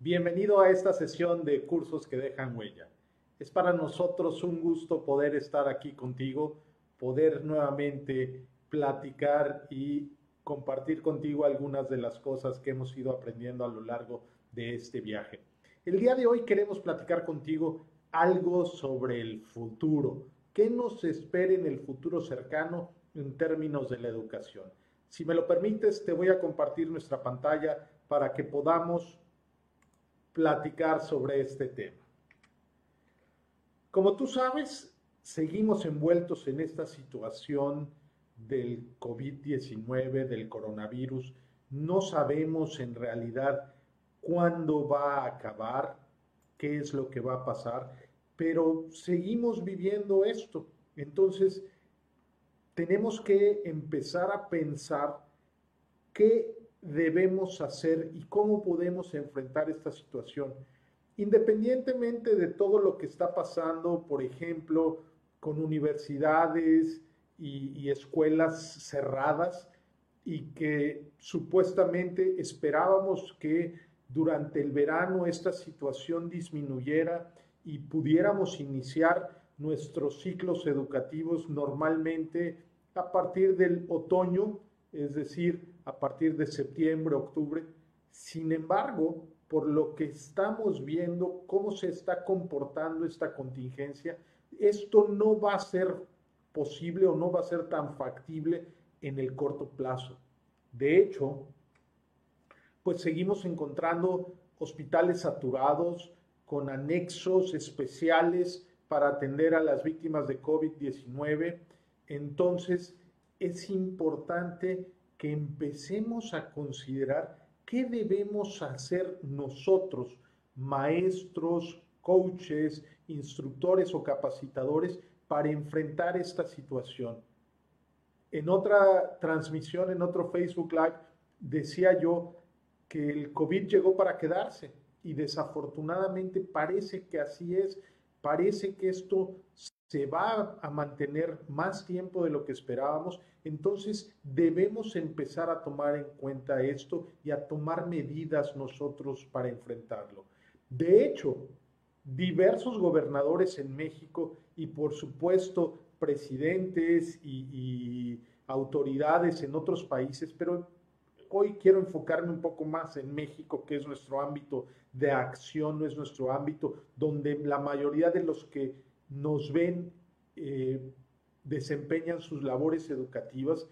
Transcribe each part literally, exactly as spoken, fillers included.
Bienvenido a esta sesión de cursos que dejan huella. Es para nosotros un gusto poder estar aquí contigo, poder nuevamente platicar y compartir contigo algunas de las cosas que hemos ido aprendiendo a lo largo de este viaje. El día de hoy queremos platicar contigo algo sobre el futuro. ¿Qué nos espera en el futuro cercano en términos de la educación? Si me lo permites, te voy a compartir nuestra pantalla para que podamos platicar sobre este tema. Como tú sabes, seguimos envueltos en esta situación del COVID diecinueve, del coronavirus. No sabemos en realidad cuándo va a acabar, qué es lo que va a pasar, pero seguimos viviendo esto. Entonces, tenemos que empezar a pensar qué debemos hacer y cómo podemos enfrentar esta situación. Independientemente de todo lo que está pasando, por ejemplo, con universidades y, y escuelas cerradas y que supuestamente esperábamos que durante el verano esta situación disminuyera y pudiéramos iniciar nuestros ciclos educativos normalmente a partir del otoño, es decir, a partir de septiembre, octubre. Sin embargo, por lo que estamos viendo, cómo se está comportando esta contingencia, esto no va a ser posible o no va a ser tan factible en el corto plazo. De hecho, pues seguimos encontrando hospitales saturados con anexos especiales para atender a las víctimas de COVID diecinueve. Entonces, es importante que empecemos a considerar qué debemos hacer nosotros, maestros, coaches, instructores o capacitadores, para enfrentar esta situación. En otra transmisión, en otro Facebook Live, decía yo que el COVID llegó para quedarse y desafortunadamente parece que así es. Parece que esto se va a mantener más tiempo de lo que esperábamos. Entonces debemos empezar a tomar en cuenta esto y a tomar medidas nosotros para enfrentarlo. De hecho, diversos gobernadores en México y por supuesto presidentes y, y autoridades en otros países, pero hoy quiero enfocarme un poco más en México, que es nuestro ámbito de acción, no es nuestro ámbito donde la mayoría de los que nos ven eh, desempeñan sus labores educativas.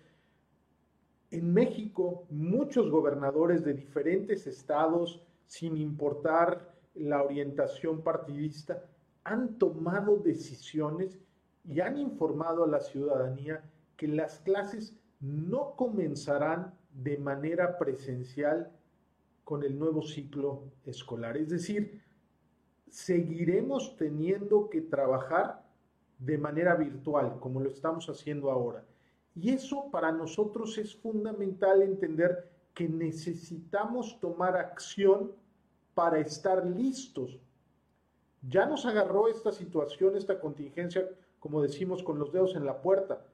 En México, muchos gobernadores de diferentes estados, sin importar la orientación partidista, han tomado decisiones y han informado a la ciudadanía que las clases no comenzarán de manera presencial con el nuevo ciclo escolar. Es decir, seguiremos teniendo que trabajar de manera virtual, como lo estamos haciendo ahora. Y eso para nosotros es fundamental entender que necesitamos tomar acción para estar listos. Ya nos agarró esta situación, esta contingencia, como decimos, con los dedos en la puerta.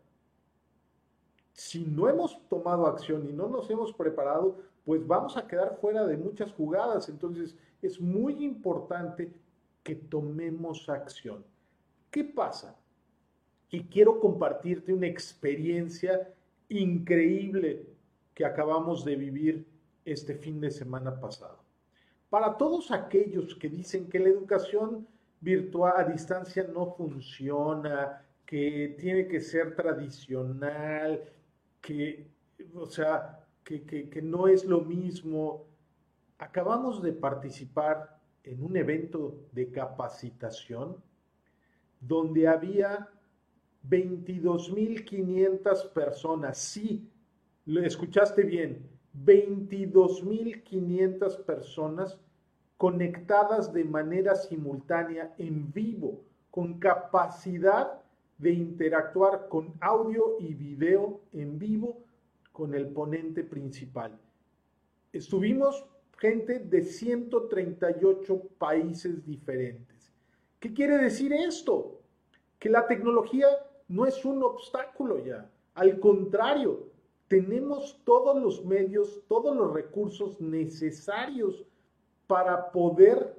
Si no hemos tomado acción y no nos hemos preparado, pues vamos a quedar fuera de muchas jugadas. Entonces es muy importante que tomemos acción. ¿Qué pasa? Y quiero compartirte una experiencia increíble que acabamos de vivir este fin de semana pasado. Para todos aquellos que dicen que la educación virtual a distancia no funciona, que tiene que ser tradicional, que, o sea, que, que, que no es lo mismo, acabamos de participar en un evento de capacitación donde había veintidós mil quinientas personas. Sí, lo escuchaste bien, veintidós mil quinientas personas conectadas de manera simultánea en vivo, con capacidad de interactuar con audio y video en vivo con el ponente principal. Estuvimos gente de ciento treinta y ocho países diferentes. ¿Qué quiere decir esto? Que la tecnología no es un obstáculo ya. Al contrario, tenemos todos los medios, todos los recursos necesarios para poder,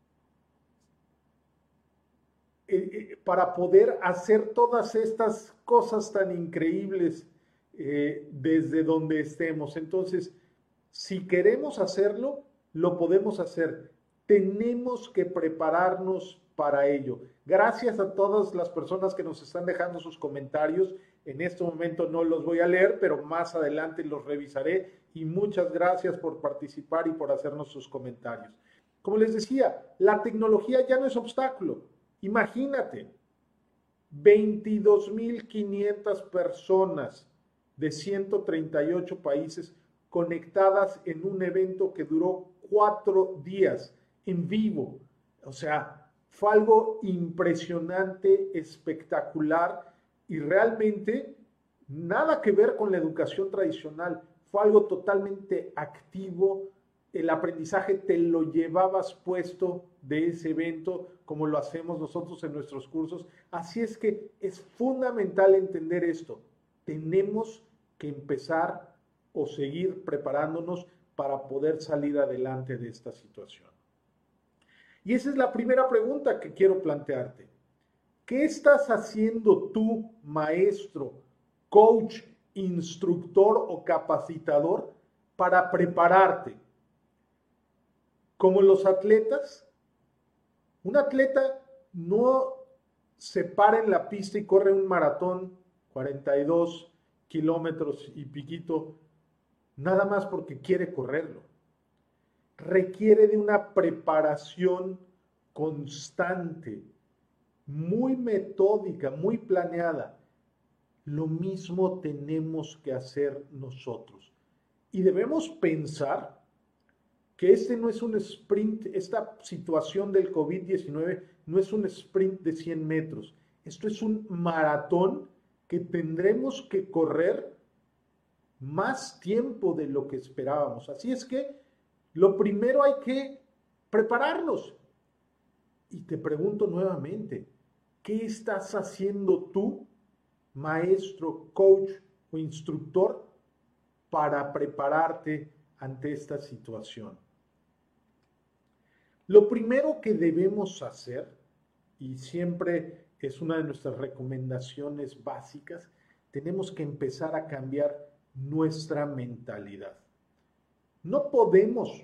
eh, para poder hacer todas estas cosas tan increíbles eh, desde donde estemos. Entonces, si queremos hacerlo, lo podemos hacer. Tenemos que prepararnos para ello. Gracias a todas las personas que nos están dejando sus comentarios. En este momento no los voy a leer, pero más adelante los revisaré. Y muchas gracias por participar y por hacernos sus comentarios. Como les decía, la tecnología ya no es obstáculo. Imagínate, veintidós mil quinientas personas de ciento treinta y ocho países conectadas en un evento que duró cuatro días en vivo. O sea, fue algo impresionante, espectacular y realmente nada que ver con la educación tradicional. Fue algo totalmente activo. El aprendizaje te lo llevabas puesto de ese evento, como lo hacemos nosotros en nuestros cursos. Así es que es fundamental entender esto. Tenemos que empezar o seguir preparándonos para poder salir adelante de esta situación. Y esa es la primera pregunta que quiero plantearte. ¿Qué estás haciendo tú, maestro, coach, instructor o capacitador para prepararte? Como los atletas, un atleta no se para en la pista y corre un maratón, cuarenta y dos kilómetros y piquito, nada más porque quiere correrlo. Requiere de una preparación constante, muy metódica, muy planeada. Lo mismo tenemos que hacer nosotros. Y debemos pensar que este no es un sprint, esta situación del COVID diecinueve no es un sprint de cien metros. Esto es un maratón que tendremos que correr más tiempo de lo que esperábamos. Así es que lo primero hay que prepararnos. Y te pregunto nuevamente, ¿qué estás haciendo tú, maestro, coach o instructor, para prepararte ante esta situación? Lo primero que debemos hacer, y siempre es una de nuestras recomendaciones básicas, tenemos que empezar a cambiar nuestra mentalidad. No podemos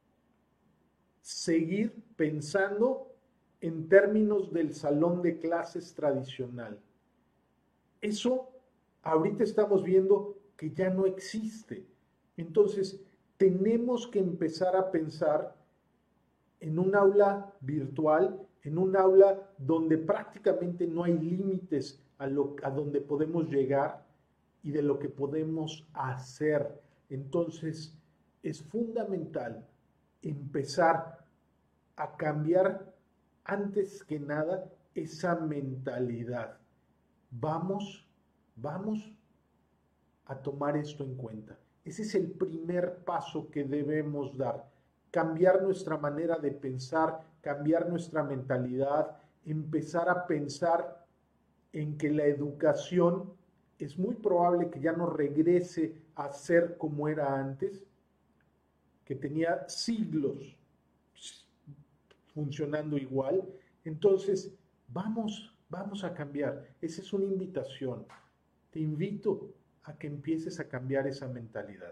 seguir pensando en términos del salón de clases tradicional. Eso ahorita estamos viendo que ya no existe. Entonces, tenemos que empezar a pensar en un aula virtual, en un aula donde prácticamente no hay límites a, lo, a donde podemos llegar y de lo que podemos hacer. Entonces, es fundamental empezar a cambiar antes que nada esa mentalidad. Vamos, vamos a tomar esto en cuenta. Ese es el primer paso que debemos dar. Cambiar nuestra manera de pensar, cambiar nuestra mentalidad, empezar a pensar en que la educación es muy probable que ya no regrese a ser como era antes, que tenía siglos funcionando igual. Entonces, vamos, vamos a cambiar. Esa es una invitación. Te invito a que empieces a cambiar esa mentalidad.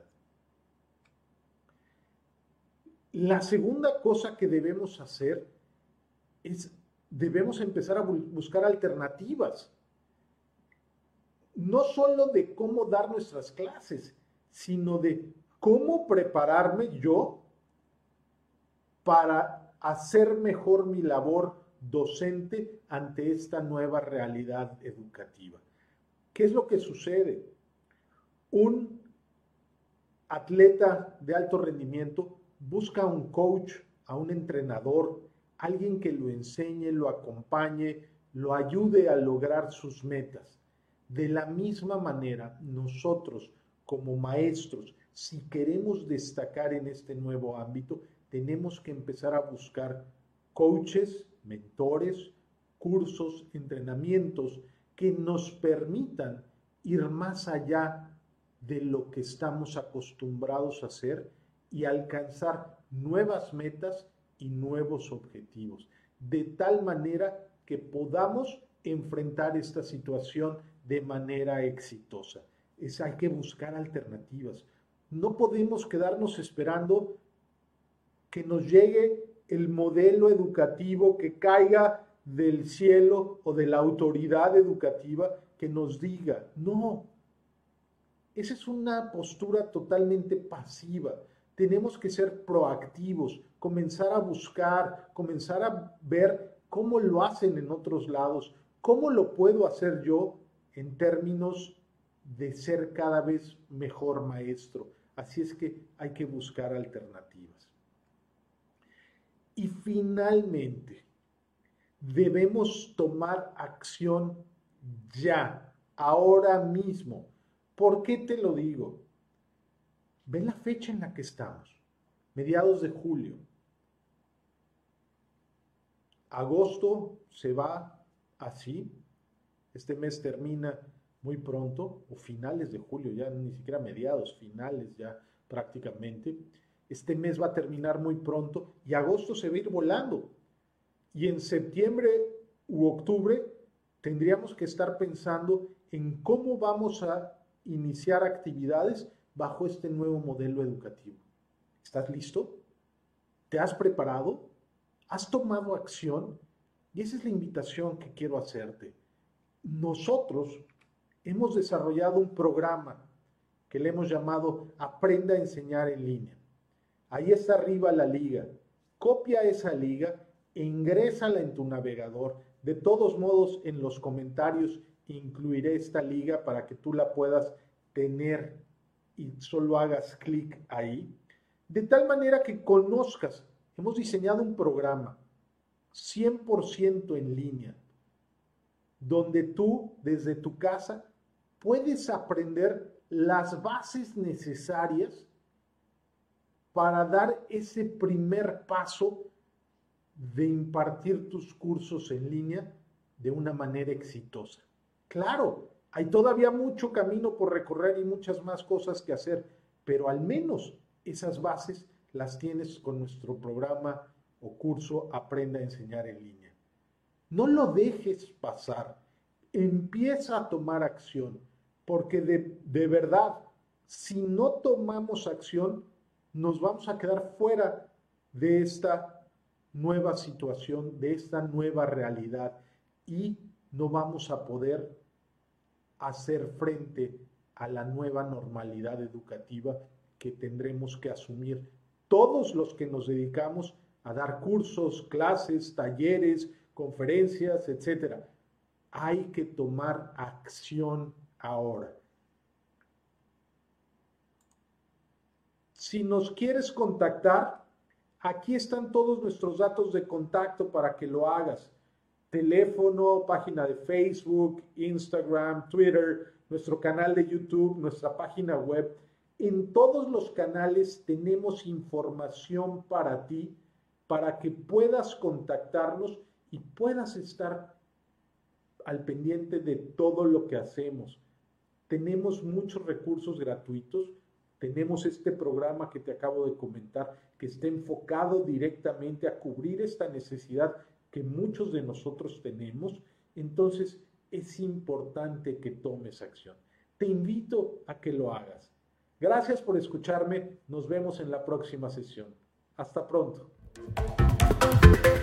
La segunda cosa que debemos hacer es, debemos empezar a buscar alternativas. No solo de cómo dar nuestras clases, sino de cómo prepararme yo para hacer mejor mi labor docente ante esta nueva realidad educativa. ¿Qué es lo que sucede? Un atleta de alto rendimiento busca a un coach, a un entrenador, alguien que lo enseñe, lo acompañe, lo ayude a lograr sus metas. De la misma manera, nosotros como maestros, si queremos destacar en este nuevo ámbito, tenemos que empezar a buscar coaches, mentores, cursos, entrenamientos que nos permitan ir más allá de lo que estamos acostumbrados a hacer y alcanzar nuevas metas y nuevos objetivos, de tal manera que podamos enfrentar esta situación de manera exitosa. Es, hay que buscar alternativas. No podemos quedarnos esperando que nos llegue el modelo educativo que caiga del cielo o de la autoridad educativa que nos diga, no, esa es una postura totalmente pasiva. Tenemos que ser proactivos, comenzar a buscar, comenzar a ver cómo lo hacen en otros lados, cómo lo puedo hacer yo en términos de ser cada vez mejor maestro. Así es que hay que buscar alternativas. Y finalmente, debemos tomar acción ya, ahora mismo. ¿Por qué te lo digo? Ve la fecha en la que estamos, mediados de julio. Agosto se va así, este mes termina muy pronto, o finales de julio, ya ni siquiera mediados, finales ya prácticamente. Este mes va a terminar muy pronto y agosto se va a ir volando. Y en septiembre u octubre tendríamos que estar pensando en cómo vamos a iniciar actividades bajo este nuevo modelo educativo. ¿Estás listo? ¿Te has preparado? ¿Has tomado acción? Y esa es la invitación que quiero hacerte. Nosotros hemos desarrollado un programa que le hemos llamado Aprenda a Enseñar en Línea. Ahí está arriba la liga. Copia esa liga e ingrésala en tu navegador. De todos modos, en los comentarios incluiré esta liga para que tú la puedas tener y solo hagas clic ahí. De tal manera que conozcas. Hemos diseñado un programa cien por ciento en línea, donde tú desde tu casa puedes aprender las bases necesarias para dar ese primer paso de impartir tus cursos en línea de una manera exitosa. Claro, hay todavía mucho camino por recorrer y muchas más cosas que hacer, pero al menos esas bases las tienes con nuestro programa o curso Aprenda a Enseñar en Línea. No lo dejes pasar, empieza a tomar acción, porque de, de verdad, si no tomamos acción, nos vamos a quedar fuera de esta nueva situación, de esta nueva realidad, y no vamos a poder hacer frente a la nueva normalidad educativa que tendremos que asumir todos los que nos dedicamos a dar cursos, clases, talleres, conferencias, etcétera. Hay que tomar acción ahora. Si nos quieres contactar, aquí están todos nuestros datos de contacto para que lo hagas. Teléfono, página de Facebook, Instagram, Twitter, nuestro canal de YouTube, nuestra página web. En todos los canales tenemos información para ti, para que puedas contactarnos y puedas estar al pendiente de todo lo que hacemos. Tenemos muchos recursos gratuitos. Tenemos este programa que te acabo de comentar, que está enfocado directamente a cubrir esta necesidad que muchos de nosotros tenemos. Entonces, es importante que tomes acción. Te invito a que lo hagas. Gracias por escucharme. Nos vemos en la próxima sesión. Hasta pronto.